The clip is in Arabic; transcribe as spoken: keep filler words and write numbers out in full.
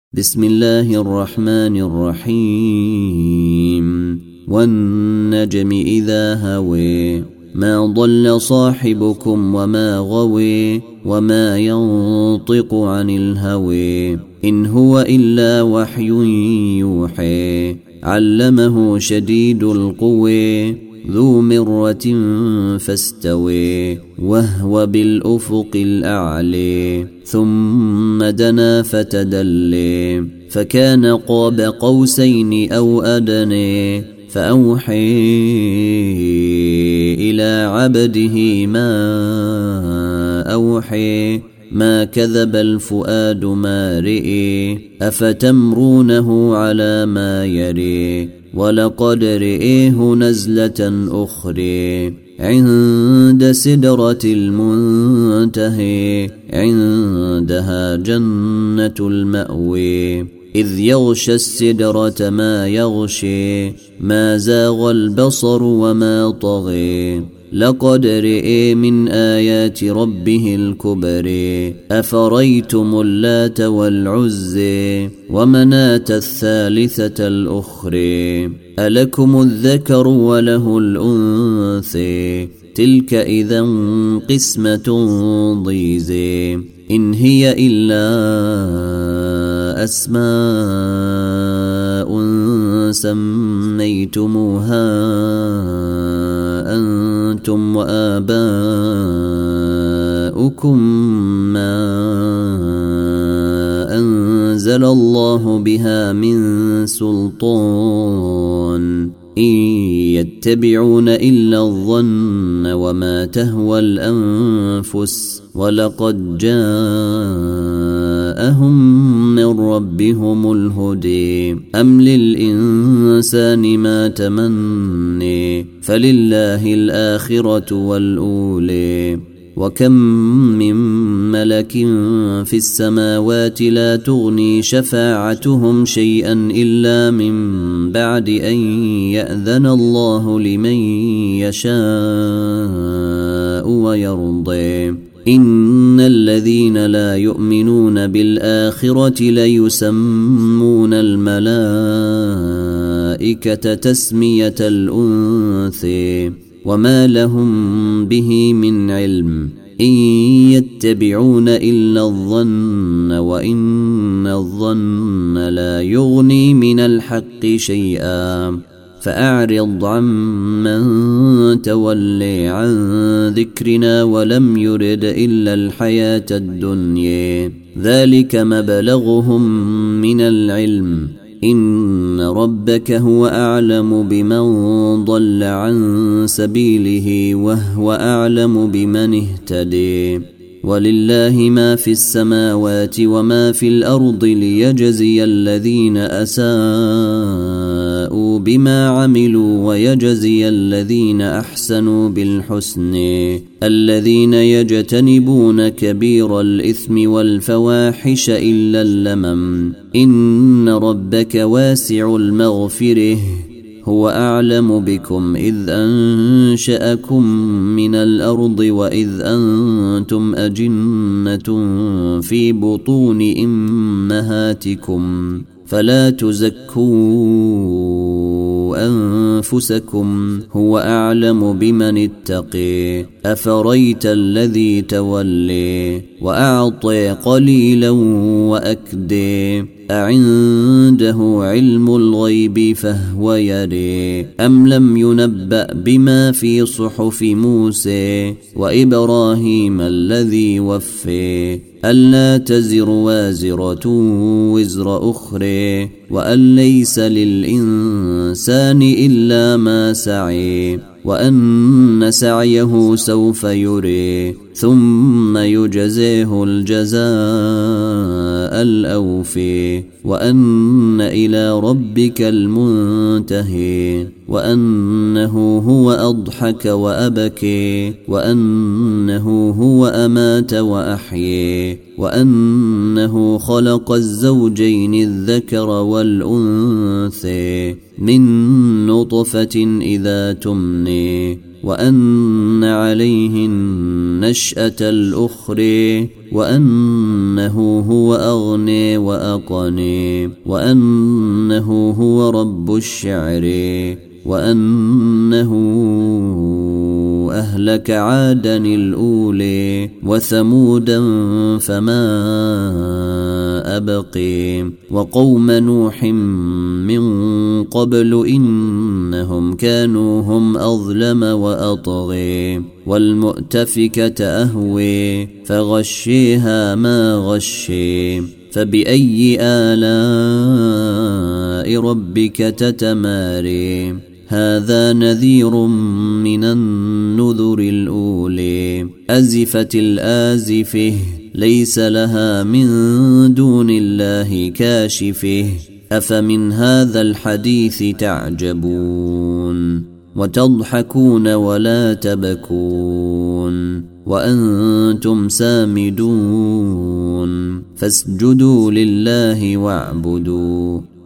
بسم الله الرحمن الرحيم والنجم إذا هوي ما ضل صاحبكم وما غوي وما ينطق عن الهوي إن هو إلا وحي يوحي علمه شديد القوي ذو مرة فاستوي وهو بالأفق الأعلي ثم دنا فتدلي فكان قاب قوسين أو أدني فأوحي إلى عبده ما أوحي ما كذب الفؤاد ما رئي أفتمرونه على ما يري ولقد رئيه نزلة أخرى عند سدرة المنتهى عندها جنة المأوى إذ يغشى السدرة ما يغشي ما زاغ البصر وما طغي لقد رئي من آيات ربه الكبر أفريتم اللات والعزي ومناة الثالثة الأخرى ألكم الذكر وله الأنثى تلك إذا قسمة ضيزى إن هي إلا أسماء سميتموها أنتم وآباؤكم ما أنزل الله بها من سلطان إن يتبعون إلا الظن وما تهوى الأنفس ولقد جاءهم من ربهم الهدي أم للإنسان ما تمني فلله الآخرة والأولي وكم من ملك في السماوات لا تغني شفاعتهم شيئا إلا من بعد أن يأذن الله لمن يشاء ويرضي إن الذين لا يؤمنون بالآخرة ليسمون الملائكة تسمية الأنثى وما لهم به من علم إن يتبعون إلا الظن وإن الظن لا يغني من الحق شيئا فأعرض عمن تولي عن ذكرنا ولم يرد إلا الحياة الدنيا ذلك مبلغهم من العلم إن ربك هو أعلم بمن ضل عن سبيله وهو أعلم بمن اهتدي ولله ما في السماوات وما في الأرض ليجزي الذين أساءوا بما عملوا ويجزي الذين أحسنوا بالحسن الذين يجتنبون كبير الإثم والفواحش إلا اللمم إن ربك واسع المغفره هو أعلم بكم إذ أنشأكم من الأرض وإذ أنتم أجنة في بطون أمهاتكم فلا تزكوا أنفسكم هو أعلم بمن اتقي أفريت الذي تولي وأعطي قليلا وأكدي أعنده علم الغيب فهو يري أم لم ينبأ بما في صحف موسى وإبراهيم الذي وفي ألا تزر وازرة وزر أخرى وأن ليس للإنسان إلا ما سعي وأن سعيه سوف يري ثم يجزيه الجزاء الأوفي وأن إلى ربك المنتهي وأنه هو أضحك وأبكي وأنه هو أمات وأحيي وأنه خلق الزوجين الذكر والأنثى من نطفة إذا تمني وأن عليه النشأة الأخرى وأنه هو أغني وأقني وأنه هو رب الشعر وأنه أهلك عادا الأولي وثمودا فما أبقي وقوم نوح من قبل إنهم كانوا هم أظلم وأطغي والمؤتفكة أهوي فغشيها ما غشي فبأي آلاء ربك تتماري هذا نذير من النذر الأولي أزفت الآزفه ليس لها من دون الله كاشفه أفمن هذا الحديث تعجبون وتضحكون ولا تبكون وأنتم سامدون فاسجدوا لله واعبدوا